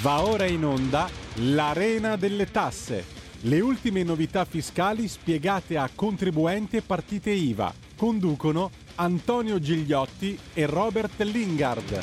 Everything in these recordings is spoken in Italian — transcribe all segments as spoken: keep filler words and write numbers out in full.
Va ora in onda l'Arena delle Tasse. Le ultime novità fiscali spiegate a contribuenti e partite I V A. Conducono Antonio Gigliotti e Robert Lingard.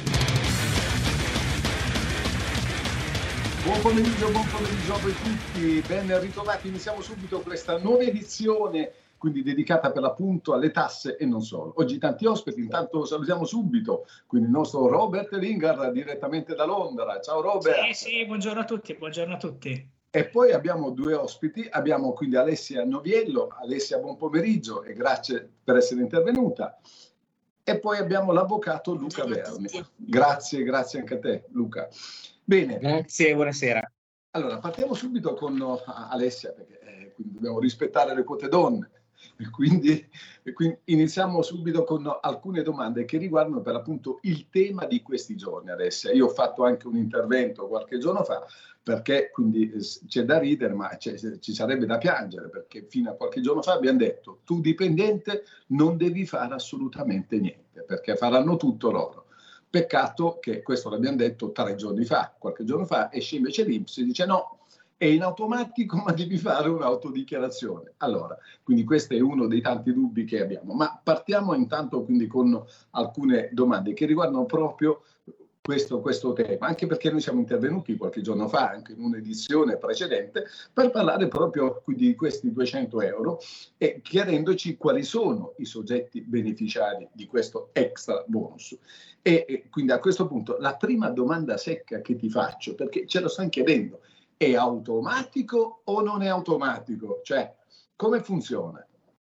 Buon pomeriggio, buon pomeriggio a voi tutti, ben ritrovati. Iniziamo subito questa nuova edizione, quindi dedicata per l'appunto alle tasse e non solo. Oggi tanti ospiti, intanto salutiamo subito quindi il nostro Robert Lingard direttamente da Londra. Ciao Robert. Sì, sì, buongiorno a tutti, buongiorno a tutti. E poi abbiamo due ospiti, abbiamo quindi Alessia Noviello. Alessia, buon pomeriggio e grazie per essere intervenuta. E poi abbiamo l'avvocato Luca Verni. Grazie, grazie anche a te Luca. Bene. Grazie, buonasera. Allora, partiamo subito con uh, Alessia, perché eh, quindi dobbiamo rispettare le quote donne. E quindi, e quindi iniziamo subito con alcune domande che riguardano per l'appunto il tema di questi giorni, Alessia. Io ho fatto anche un intervento qualche giorno fa, perché quindi eh, c'è da ridere, ma ci sarebbe da piangere, perché fino a qualche giorno fa abbiamo detto tu dipendente non devi fare assolutamente niente, perché faranno tutto loro. Peccato che questo l'abbiamo detto tre giorni fa, qualche giorno fa, esce invece l'I N P S e dice no, è in automatico ma devi fare un'autodichiarazione. Allora, quindi questo è uno dei tanti dubbi che abbiamo. Ma partiamo intanto quindi con alcune domande che riguardano proprio questo, questo tema, anche perché noi siamo intervenuti qualche giorno fa, anche in un'edizione precedente, per parlare proprio di questi duecento euro e chiarendoci quali sono i soggetti beneficiari di questo extra bonus. E, e quindi a questo punto la prima domanda secca che ti faccio, perché ce lo stanno chiedendo, è automatico o non è automatico? Cioè, come funziona?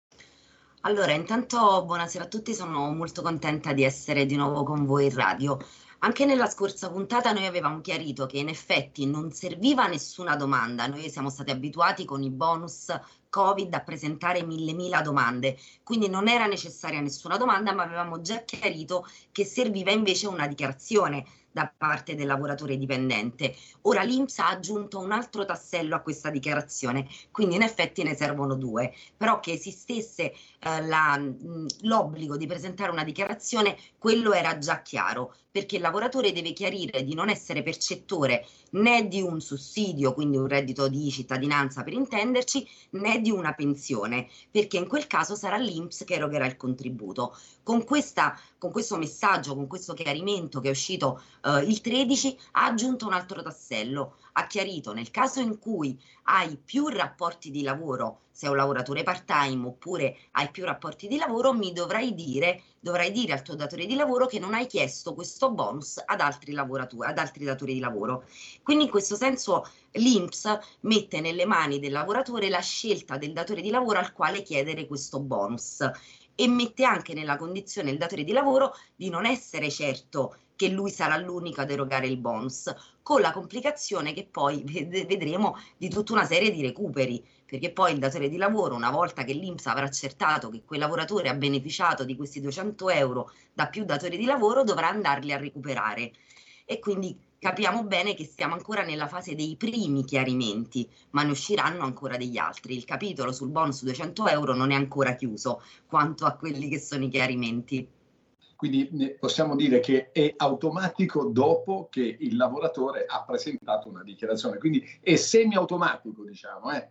Allora, intanto buonasera a tutti, sono molto contenta di essere di nuovo con voi in radio. Anche nella scorsa puntata noi avevamo chiarito che in effetti non serviva nessuna domanda, noi siamo stati abituati con i bonus Covid a presentare mille mila domande, quindi non era necessaria nessuna domanda, ma avevamo già chiarito che serviva invece una dichiarazione da parte del lavoratore dipendente. Ora l'I N P S ha aggiunto un altro tassello a questa dichiarazione, quindi in effetti ne servono due, però che esistesse eh, la, l'obbligo di presentare una dichiarazione, quello era già chiaro, perché il lavoratore deve chiarire di non essere percettore né di un sussidio, quindi un reddito di cittadinanza per intenderci, né di una pensione, perché in quel caso sarà l'I N P S che erogherà il contributo. Con, questa, con questo messaggio, con questo chiarimento che è uscito eh, il tredici, ha aggiunto un altro tassello, ha chiarito nel caso in cui hai più rapporti di lavoro, sei un lavoratore part-time oppure hai più rapporti di lavoro, mi dovrai dire, dovrai dire al tuo datore di lavoro che non hai chiesto questo bonus ad altri lavoratori, ad altri datori di lavoro. Quindi in questo senso l'I N P S mette nelle mani del lavoratore la scelta del datore di lavoro al quale chiedere questo bonus e mette anche nella condizione il datore di lavoro di non essere certo che lui sarà l'unico ad erogare il bonus, con la complicazione che poi vedremo di tutta una serie di recuperi, perché poi il datore di lavoro, una volta che l'I N P S avrà accertato che quel lavoratore ha beneficiato di questi duecento euro da più datori di lavoro, dovrà andarli a recuperare. E quindi capiamo bene che stiamo ancora nella fase dei primi chiarimenti, ma ne usciranno ancora degli altri. Il capitolo sul bonus duecento euro non è ancora chiuso quanto a quelli che sono i chiarimenti. Quindi possiamo dire che è automatico dopo che il lavoratore ha presentato una dichiarazione, quindi è semi-automatico, diciamo. Eh.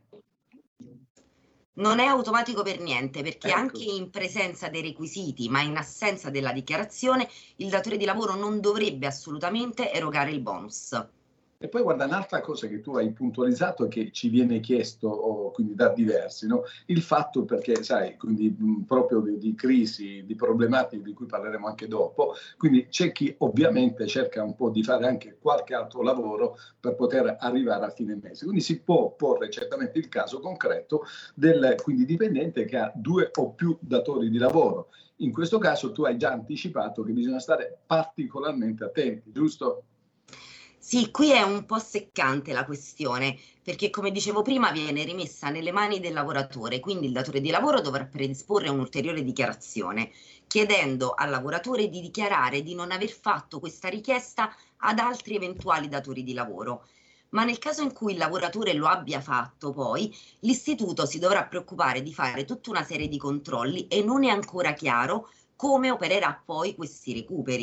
Non è automatico per niente, perché ecco. Anche in presenza dei requisiti, ma in assenza della dichiarazione, il datore di lavoro non dovrebbe assolutamente erogare il bonus. E poi guarda, un'altra cosa che tu hai puntualizzato e che ci viene chiesto oh, quindi da diversi, no? Il fatto perché, sai, quindi mh, proprio di, di crisi, di problematiche di cui parleremo anche dopo, quindi c'è chi ovviamente cerca un po' di fare anche qualche altro lavoro per poter arrivare a fine mese. Quindi si può porre certamente il caso concreto del quindi dipendente che ha due o più datori di lavoro. In questo caso tu hai già anticipato che bisogna stare particolarmente attenti, giusto? Sì, qui è un po' seccante la questione, perché come dicevo prima viene rimessa nelle mani del lavoratore, quindi il datore di lavoro dovrà predisporre un'ulteriore dichiarazione, chiedendo al lavoratore di dichiarare di non aver fatto questa richiesta ad altri eventuali datori di lavoro. Ma nel caso in cui il lavoratore lo abbia fatto poi, l'istituto si dovrà preoccupare di fare tutta una serie di controlli e non è ancora chiaro come opererà poi questi recuperi.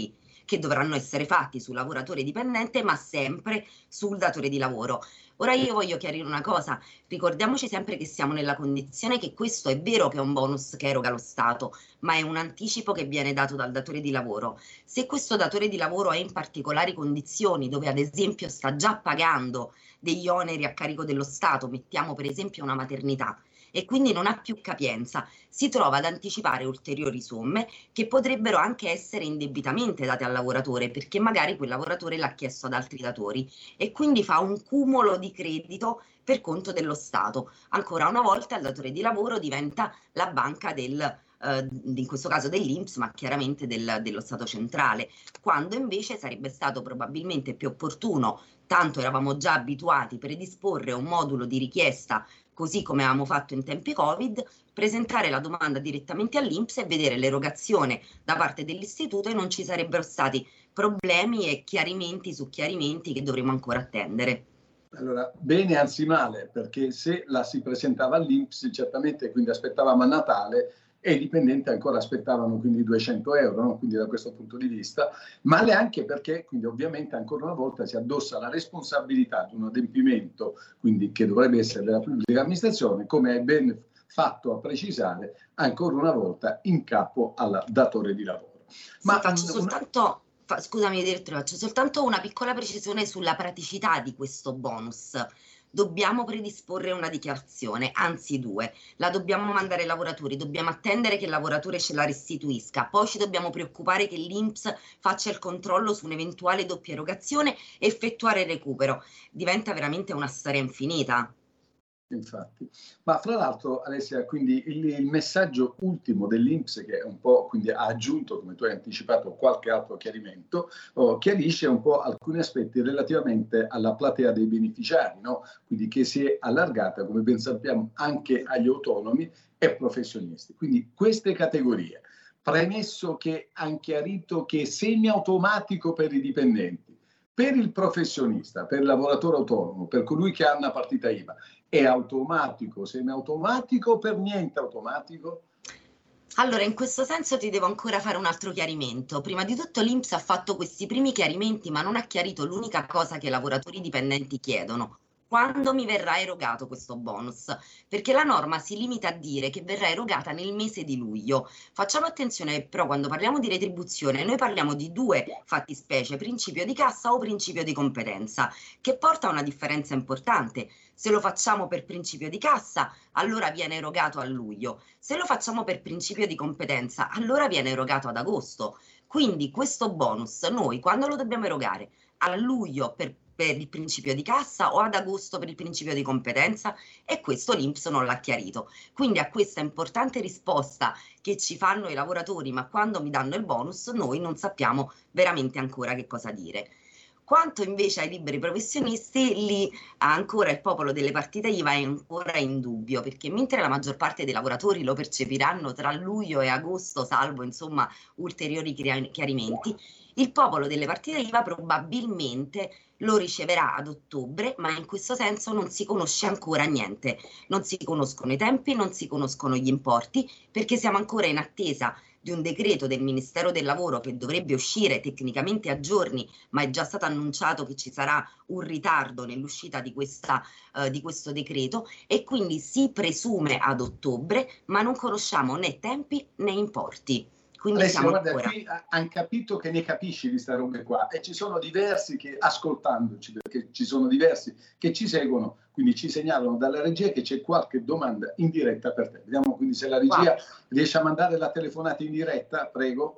che dovranno essere fatti sul lavoratore dipendente, ma sempre sul datore di lavoro. Ora io voglio chiarire una cosa, ricordiamoci sempre che siamo nella condizione che questo è vero che è un bonus che eroga lo Stato, ma è un anticipo che viene dato dal datore di lavoro. Se questo datore di lavoro è in particolari condizioni, dove ad esempio sta già pagando degli oneri a carico dello Stato, mettiamo per esempio una maternità, e quindi non ha più capienza, si trova ad anticipare ulteriori somme che potrebbero anche essere indebitamente date al lavoratore, perché magari quel lavoratore l'ha chiesto ad altri datori e quindi fa un cumulo di credito per conto dello Stato. Ancora una volta il datore di lavoro diventa la banca del, eh, in questo caso dell'I N P S, ma chiaramente del, dello Stato centrale, quando invece sarebbe stato probabilmente più opportuno, tanto eravamo già abituati, predisporre un modulo di richiesta così come avevamo fatto in tempi Covid, presentare la domanda direttamente all'I N P S e vedere l'erogazione da parte dell'istituto e non ci sarebbero stati problemi e chiarimenti su chiarimenti che dovremo ancora attendere. Allora, bene anzi male, perché se la si presentava all'I N P S, certamente quindi aspettavamo a Natale e i dipendenti ancora aspettavano quindi duecento euro, no? Quindi da questo punto di vista, male anche perché quindi ovviamente ancora una volta si addossa la responsabilità di un adempimento quindi che dovrebbe essere della pubblica amministrazione, come è ben fatto a precisare, ancora una volta in capo al datore di lavoro. Ma sì, faccio soltanto, fa, scusami direttore, faccio soltanto una piccola precisione sulla praticità di questo bonus. Dobbiamo predisporre una dichiarazione, anzi due, la dobbiamo mandare ai lavoratori, dobbiamo attendere che il lavoratore ce la restituisca, poi ci dobbiamo preoccupare che l'I N P S faccia il controllo su un'eventuale doppia erogazione e effettuare il recupero. Diventa veramente una storia infinita. Infatti, ma fra l'altro Alessia, quindi il, il messaggio ultimo dell'I N P S che è un po' quindi ha aggiunto, come tu hai anticipato, qualche altro chiarimento, oh, chiarisce un po' alcuni aspetti relativamente alla platea dei beneficiari, no? Quindi che si è allargata, come ben sappiamo, anche agli autonomi e professionisti. Quindi queste categorie, premesso che hanno chiarito che è semiautomatico per i dipendenti, per il professionista, per il lavoratore autonomo, per colui che ha una partita I V A, è automatico, semiautomatico o per niente automatico? Allora, in questo senso ti devo ancora fare un altro chiarimento. Prima di tutto l'I N P S ha fatto questi primi chiarimenti, ma non ha chiarito l'unica cosa che i lavoratori dipendenti chiedono. Quando mi verrà erogato questo bonus? Perché la norma si limita a dire che verrà erogata nel mese di luglio. Facciamo attenzione però quando parliamo di retribuzione, noi parliamo di due fattispecie, principio di cassa o principio di competenza, che porta a una differenza importante. Se lo facciamo per principio di cassa, allora viene erogato a luglio. Se lo facciamo per principio di competenza, allora viene erogato ad agosto. Quindi questo bonus noi quando lo dobbiamo erogare? A luglio per per il principio di cassa o ad agosto per il principio di competenza, e questo l'I N P S non l'ha chiarito. Quindi a questa importante risposta che ci fanno i lavoratori, ma quando mi danno il bonus noi non sappiamo veramente ancora che cosa dire. Quanto invece ai liberi professionisti, lì ancora il popolo delle partite I V A è ancora in dubbio, perché mentre la maggior parte dei lavoratori lo percepiranno tra luglio e agosto, salvo insomma ulteriori chiarimenti, il popolo delle partite I V A probabilmente lo riceverà ad ottobre, ma in questo senso non si conosce ancora niente. Non si conoscono i tempi, non si conoscono gli importi, perché siamo ancora in attesa di un decreto del Ministero del Lavoro che dovrebbe uscire tecnicamente a giorni, ma è già stato annunciato che ci sarà un ritardo nell'uscita di, questa, uh, di questo decreto, e quindi si presume ad ottobre, ma non conosciamo né tempi né importi. Quindi Alessia, siamo guarda, ancora... qui hanno capito che ne capisci di sta robe qua e ci sono diversi che, ascoltandoci, perché ci sono diversi che ci seguono, quindi ci segnalano dalla regia che c'è qualche domanda in diretta per te. Vediamo quindi se la regia wow. riesce a mandare la telefonata in diretta, prego.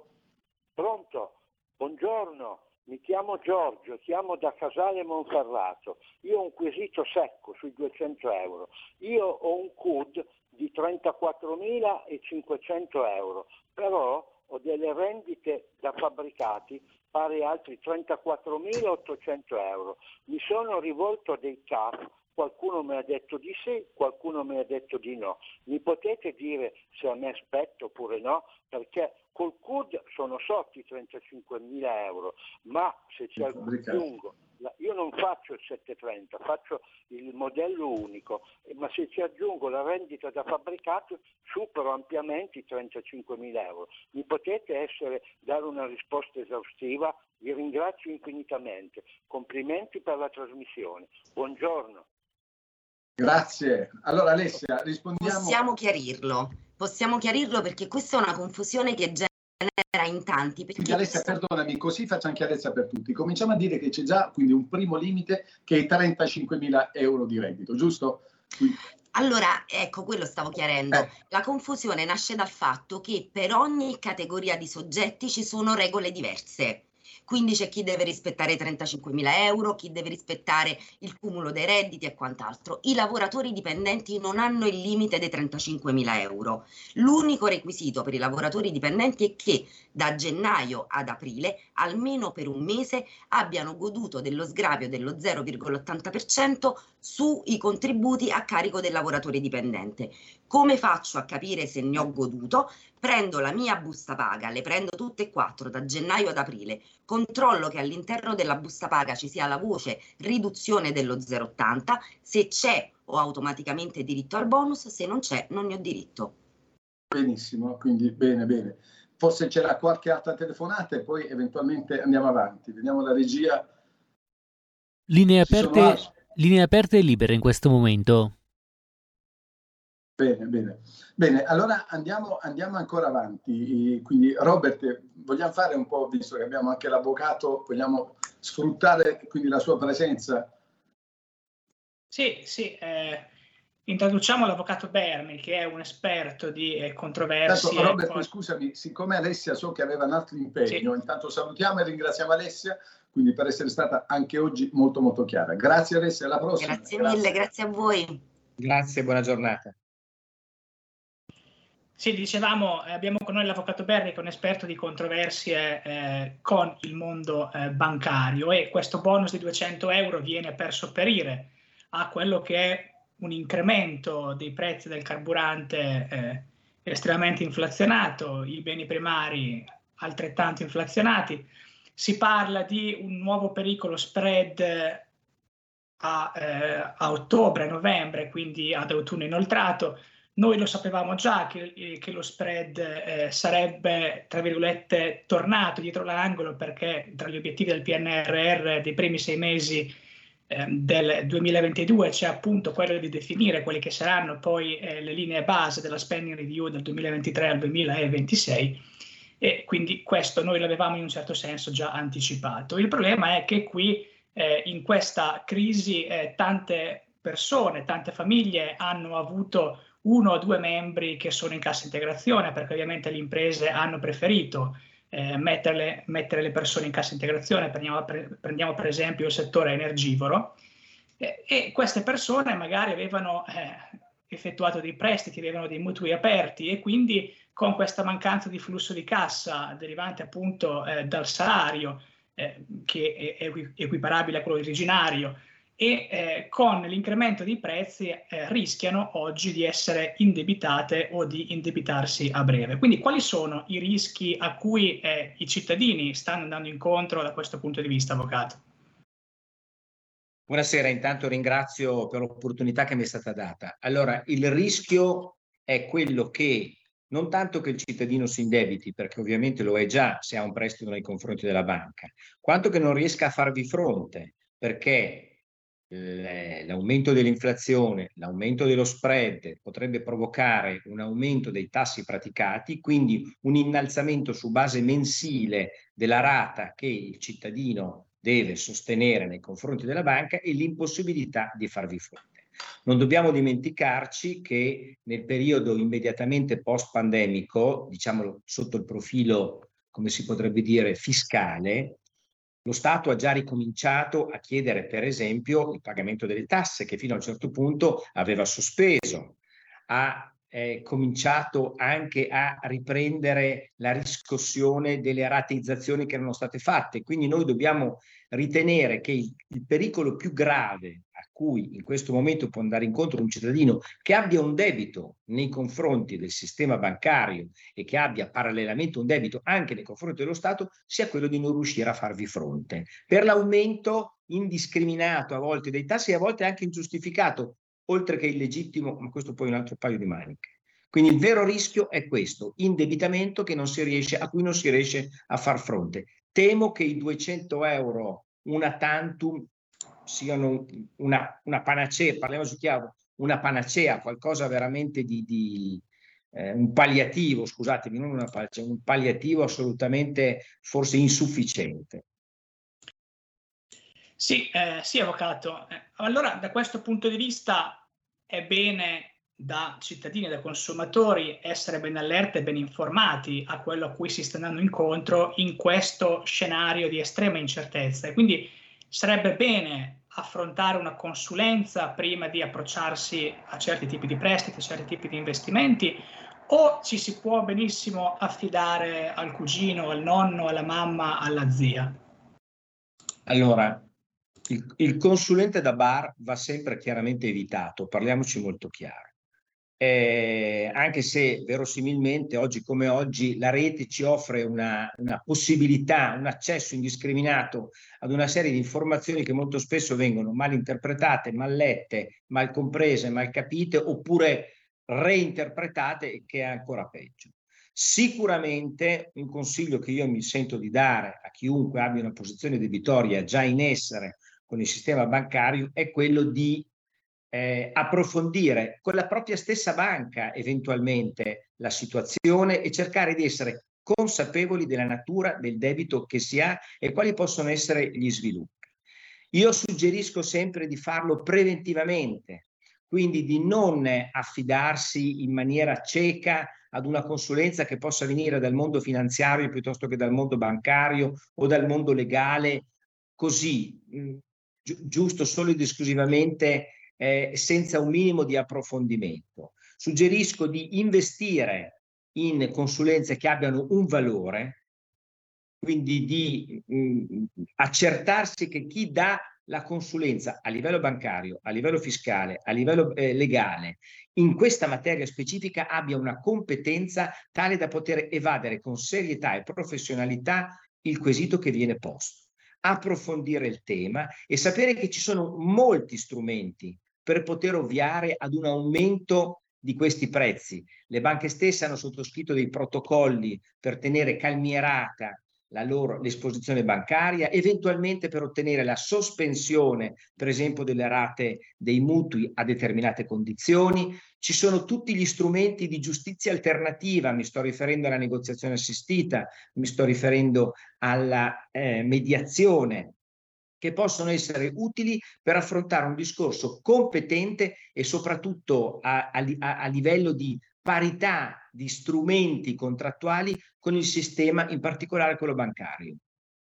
Pronto, buongiorno, mi chiamo Giorgio, chiamo da Casale Monferrato. Io ho un quesito secco sui duecento euro. Io ho un C U D di trentaquattromilacinquecento euro, però ho delle rendite da fabbricati pari a altri trentaquattromilaottocento euro. Mi sono rivolto a dei C A F, qualcuno mi ha detto di sì, qualcuno mi ha detto di no. Mi potete dire se a me aspetto oppure no? Perché col C U D sono sotto i trentacinquemila euro, ma se ci aggiungo io non faccio il settecentotrenta, faccio il modello unico, ma se ci aggiungo la rendita da fabbricato supero ampiamente i trentacinquemila euro. Mi potete essere, dare una risposta esaustiva? Vi ringrazio infinitamente. Complimenti per la trasmissione. Buongiorno. Grazie. Allora Alessia, rispondiamo. Possiamo chiarirlo, possiamo chiarirlo perché questa è una confusione che genera in tanti. Quindi Alessia, perdonami, così facciamo chiarezza per tutti. Cominciamo a dire che c'è già quindi un primo limite che è i trentacinquemila euro di reddito, giusto? Quindi... Allora, ecco, quello stavo chiarendo. Eh. La confusione nasce dal fatto che per ogni categoria di soggetti ci sono regole diverse. Quindi c'è chi deve rispettare i trentacinquemila euro, chi deve rispettare il cumulo dei redditi e quant'altro. I lavoratori dipendenti non hanno il limite dei trentacinquemila euro. L'unico requisito per i lavoratori dipendenti è che da gennaio ad aprile, almeno per un mese, abbiano goduto dello sgravio dello zero virgola ottanta per cento sui contributi a carico del lavoratore dipendente. Come faccio a capire se ne ho goduto? Prendo la mia busta paga, le prendo tutte e quattro da gennaio ad aprile, controllo che all'interno della busta paga ci sia la voce riduzione dello zero virgola ottanta, se c'è ho automaticamente diritto al bonus, se non c'è non ne ho diritto. Benissimo, quindi bene, bene. Forse c'era qualche altra telefonata e poi eventualmente andiamo avanti. Vediamo la regia. Linee aperte, linee aperte e libere in questo momento. Bene, bene. Bene, allora andiamo, andiamo ancora avanti. Quindi Robert, vogliamo fare un po', visto che abbiamo anche l'avvocato, vogliamo sfruttare quindi la sua presenza? Sì, sì. Eh, introduciamo l'avvocato Berni, che è un esperto di eh, controversie. Intanto, Robert, con... scusami, siccome Alessia so che aveva un altro impegno, sì. Intanto salutiamo e ringraziamo Alessia quindi per essere stata anche oggi molto molto chiara. Grazie Alessia, alla prossima. Grazie mille, grazie, grazie a voi. Grazie, buona giornata. Sì, dicevamo, eh, abbiamo con noi l'avvocato Berni, che è un esperto di controversie eh, con il mondo eh, bancario, e questo bonus di duecento euro viene per sopperire a quello che è un incremento dei prezzi del carburante eh, estremamente inflazionato, i beni primari altrettanto inflazionati. Si parla di un nuovo pericolo spread a, eh, a ottobre, novembre, quindi ad autunno inoltrato. Noi lo sapevamo già che, che lo spread eh, sarebbe, tra virgolette, tornato dietro l'angolo, perché tra gli obiettivi del P N R R dei primi sei mesi eh, del duemilaventidue c'è appunto quello di definire quelle che saranno poi eh, le linee base della spending review del duemilaventitré al duemilaventisei, e quindi questo noi l'avevamo in un certo senso già anticipato. Il problema è che qui eh, in questa crisi eh, tante persone, tante famiglie hanno avuto uno o due membri che sono in cassa integrazione, perché ovviamente le imprese hanno preferito eh, metterle, mettere le persone in cassa integrazione. Prendiamo, pre, prendiamo per esempio il settore energivoro, eh, e queste persone magari avevano eh, effettuato dei prestiti, avevano dei mutui aperti, e quindi con questa mancanza di flusso di cassa derivante appunto eh, dal salario, eh, che è equiparabile a quello originario, e eh, con l'incremento dei prezzi eh, rischiano oggi di essere indebitate o di indebitarsi a breve. Quindi quali sono i rischi a cui eh, i cittadini stanno andando incontro da questo punto di vista, avvocato? Buonasera, intanto ringrazio per l'opportunità che mi è stata data. Allora, il rischio è quello che non tanto che il cittadino si indebiti, perché ovviamente lo è già se ha un prestito nei confronti della banca, quanto che non riesca a farvi fronte, perché l'aumento dell'inflazione, l'aumento dello spread potrebbe provocare un aumento dei tassi praticati, quindi un innalzamento su base mensile della rata che il cittadino deve sostenere nei confronti della banca e l'impossibilità di farvi fronte. Non dobbiamo dimenticarci che nel periodo immediatamente post-pandemico, diciamolo sotto il profilo, come si potrebbe dire, fiscale, lo Stato ha già ricominciato a chiedere, per esempio, il pagamento delle tasse, che fino a un certo punto aveva sospeso, ha eh, cominciato anche a riprendere la riscossione delle rateizzazioni che erano state fatte. Quindi noi dobbiamo ritenere che il, il pericolo più grave a cui in questo momento può andare incontro un cittadino che abbia un debito nei confronti del sistema bancario e che abbia parallelamente un debito anche nei confronti dello Stato sia quello di non riuscire a farvi fronte per l'aumento indiscriminato a volte dei tassi e a volte anche ingiustificato, oltre che illegittimo, ma questo poi è un altro paio di maniche. Quindi il vero rischio è questo, indebitamento che non si riesce, a cui non si riesce a far fronte. Temo che i duecento euro una tantum siano una, una panacea, parliamoci chiaro, una panacea, qualcosa veramente di, di eh, un palliativo, scusatemi, non una panacea, un palliativo assolutamente forse insufficiente. Sì, eh, sì, avvocato. Allora, da questo punto di vista è bene da cittadini e da consumatori essere ben allerta e ben informati a quello a cui si sta andando incontro in questo scenario di estrema incertezza. E quindi sarebbe bene affrontare una consulenza prima di approcciarsi a certi tipi di prestiti, a certi tipi di investimenti, o ci si può benissimo affidare al cugino, al nonno, alla mamma, alla zia? Allora, il, il consulente da bar va sempre chiaramente evitato, parliamoci molto chiaro. Eh, anche se verosimilmente oggi come oggi la rete ci offre una, una possibilità, un accesso indiscriminato ad una serie di informazioni che molto spesso vengono mal interpretate, mal lette, mal comprese, mal capite oppure reinterpretate, che è ancora peggio. Sicuramente un consiglio che io mi sento di dare a chiunque abbia una posizione debitoria già in essere con il sistema bancario è quello di Eh, approfondire con la propria stessa banca eventualmente la situazione e cercare di essere consapevoli della natura del debito che si ha e quali possono essere gli sviluppi. Io suggerisco sempre di farlo preventivamente, quindi di non affidarsi in maniera cieca ad una consulenza che possa venire dal mondo finanziario piuttosto che dal mondo bancario o dal mondo legale, così, mh, gi- giusto solo ed esclusivamente Eh, senza un minimo di approfondimento. Suggerisco di investire in consulenze che abbiano un valore, quindi di mh, accertarsi che chi dà la consulenza a livello bancario, a livello fiscale, a livello eh, legale, in questa materia specifica abbia una competenza tale da poter evadere con serietà e professionalità il quesito che viene posto, approfondire il tema e sapere che ci sono molti strumenti per poter ovviare ad un aumento di questi prezzi. Le banche stesse hanno sottoscritto dei protocolli per tenere calmierata la loro l'esposizione bancaria, eventualmente per ottenere la sospensione, per esempio, delle rate dei mutui a determinate condizioni. Ci sono tutti gli strumenti di giustizia alternativa, mi sto riferendo alla negoziazione assistita, mi sto riferendo alla eh, mediazione, che possono essere utili per affrontare un discorso competente e soprattutto a, a, a livello di parità di strumenti contrattuali con il sistema, in particolare quello bancario.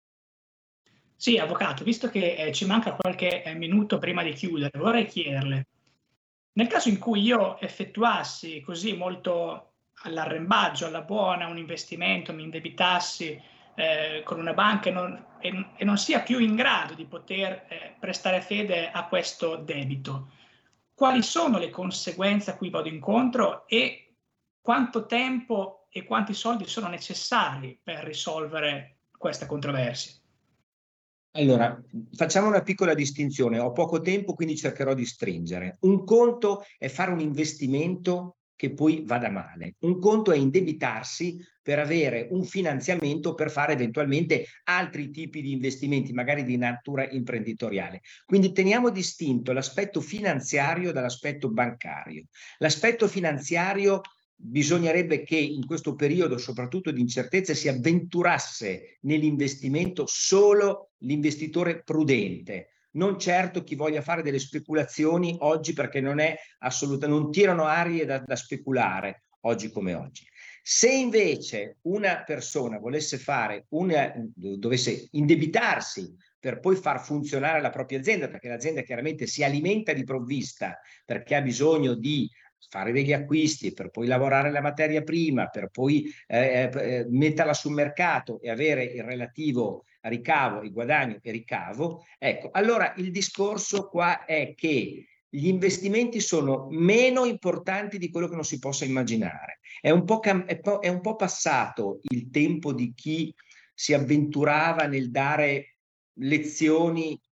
Sì, avvocato, visto che eh, ci manca qualche eh, minuto prima di chiudere, vorrei chiederle, nel caso in cui io effettuassi così molto all'arrembaggio, alla buona, un investimento, mi indebitassi eh, con una banca e non, e, e non sia più in grado di poter eh, prestare fede a questo debito, quali sono le conseguenze a cui vado incontro e quanto tempo e quanti soldi sono necessari per risolvere questa controversia? Allora, facciamo una piccola distinzione. Ho poco tempo, quindi cercherò di stringere. Un conto è fare un investimento che poi vada male. Un conto è indebitarsi per avere un finanziamento per fare eventualmente altri tipi di investimenti, magari di natura imprenditoriale. Quindi teniamo distinto l'aspetto finanziario dall'aspetto bancario. L'aspetto finanziario bisognerebbe che in questo periodo, soprattutto di incertezza, si avventurasse nell'investimento solo l'investitore prudente, non certo chi voglia fare delle speculazioni oggi, perché non è assolutamente, non tirano arie da, da speculare oggi come oggi. Se invece una persona volesse fare una, dovesse indebitarsi per poi far funzionare la propria azienda, perché l'azienda chiaramente si alimenta di provvista, perché ha bisogno di fare degli acquisti per poi lavorare la materia prima, per poi eh, eh, metterla sul mercato e avere il relativo ricavo, il guadagno e ricavo, ecco, allora il discorso qua è che gli investimenti sono meno importanti di quello che non si possa immaginare. È un po', è un po' passato il tempo di chi si avventurava nel dare lezioni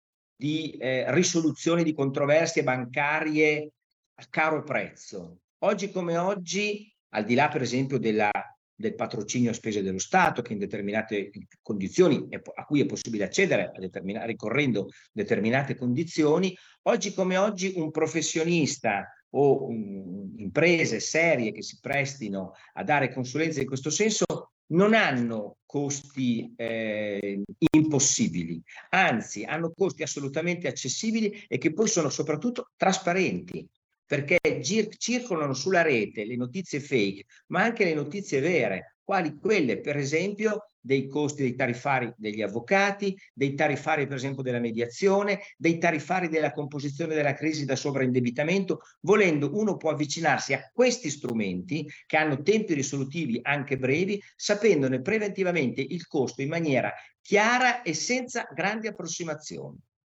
di eh, risoluzione di controversie bancarie a caro prezzo. Oggi come oggi, al di là per esempio della, del patrocinio a spese dello Stato, che in determinate condizioni a cui è possibile accedere a determina- ricorrendo determinate condizioni, oggi come oggi un professionista o um, imprese serie che si prestino a dare consulenze in questo senso non hanno costi eh, impossibili, anzi hanno costi assolutamente accessibili e che poi sono soprattutto trasparenti, perché gir- circolano sulla rete le notizie fake, ma anche le notizie vere, quali quelle per esempio dei costi dei tariffari degli avvocati, dei tariffari per esempio della mediazione, dei tariffari della composizione della crisi da sovraindebitamento. Volendo, uno può avvicinarsi a questi strumenti che hanno tempi risolutivi anche brevi, sapendone preventivamente il costo in maniera chiara e senza grandi approssimazioni.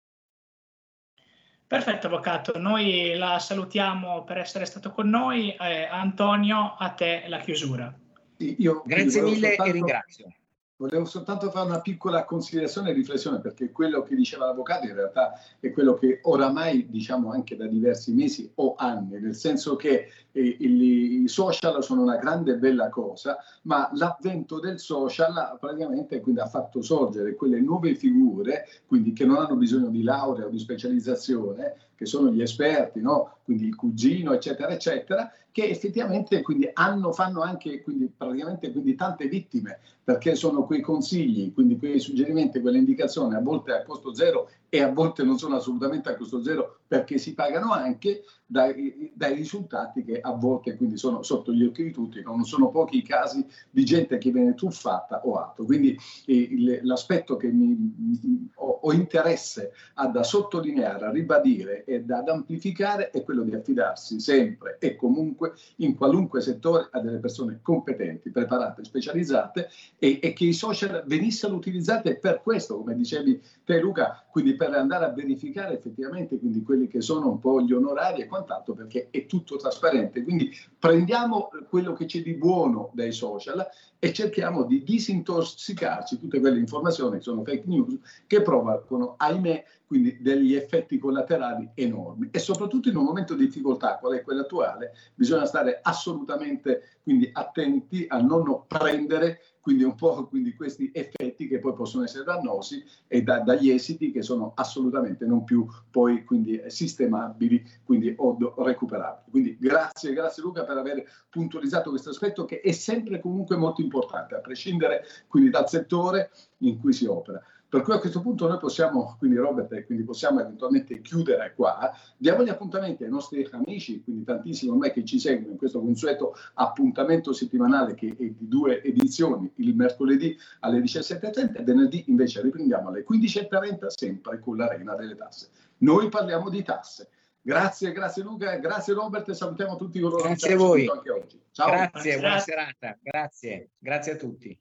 Perfetto, avvocato, noi la salutiamo per essere stato con noi. Eh, Antonio, a te la chiusura. Io Grazie mille soltanto... e ringrazio. Volevo soltanto fare una piccola considerazione e riflessione, perché quello che diceva l'avvocato in realtà è quello che oramai diciamo anche da diversi mesi o anni, nel senso che eh, il, i social sono una grande e bella cosa, ma l'avvento del social praticamente quindi ha fatto sorgere quelle nuove figure, quindi che non hanno bisogno di laurea o di specializzazione, che sono gli esperti, no? Quindi il cugino, eccetera, eccetera, che effettivamente quindi hanno, fanno anche quindi praticamente quindi tante vittime, perché sono quei consigli, quindi quei suggerimenti, quelle indicazioni a volte a costo zero e a volte non sono assolutamente a costo zero, perché si pagano anche dai, dai risultati che a volte quindi sono sotto gli occhi di tutti. Non sono pochi i casi di gente che viene truffata o altro. Quindi eh, il, l'aspetto che mi, mi, ho, ho interesse ad sottolineare, a ribadire ed ad amplificare è quello di affidarsi sempre e comunque in qualunque settore a delle persone competenti, preparate, specializzate, e, e che i social venissero utilizzati per questo, come dicevi te Luca, quindi per andare a verificare effettivamente quindi quelli che sono un po' gli onorari e quant'altro, perché è tutto trasparente. Quindi prendiamo quello che c'è di buono dai social e cerchiamo di disintossicarci tutte quelle informazioni che sono fake news, che provocano, ahimè, quindi degli effetti collaterali enormi. E soprattutto in un momento di difficoltà, qual è quella attuale, bisogna stare assolutamente quindi attenti a non prendere quindi un po' quindi questi effetti che poi possono essere dannosi e da, dagli esiti che sono assolutamente non più poi quindi sistemabili, quindi o, o recuperabili. Quindi grazie, grazie Luca per aver puntualizzato questo aspetto, che è sempre comunque molto importante, a prescindere quindi dal settore in cui si opera. Per cui a questo punto noi possiamo, quindi Robert, quindi possiamo eventualmente chiudere qua. Diamo gli appuntamenti ai nostri amici, quindi tantissimi ormai che ci seguono in questo consueto appuntamento settimanale che è di due edizioni, il mercoledì alle diciassette e trenta e venerdì invece riprendiamo alle quindici e trenta sempre con l'Arena delle Tasse. Noi parliamo di tasse. Grazie, grazie Luca, grazie Robert e salutiamo tutti coloro che ci hanno seguito anche oggi. Ciao. Grazie, buona serata, grazie, grazie a tutti.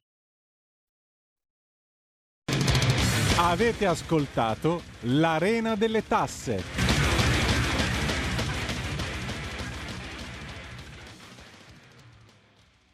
Avete ascoltato l'Arena delle Tasse.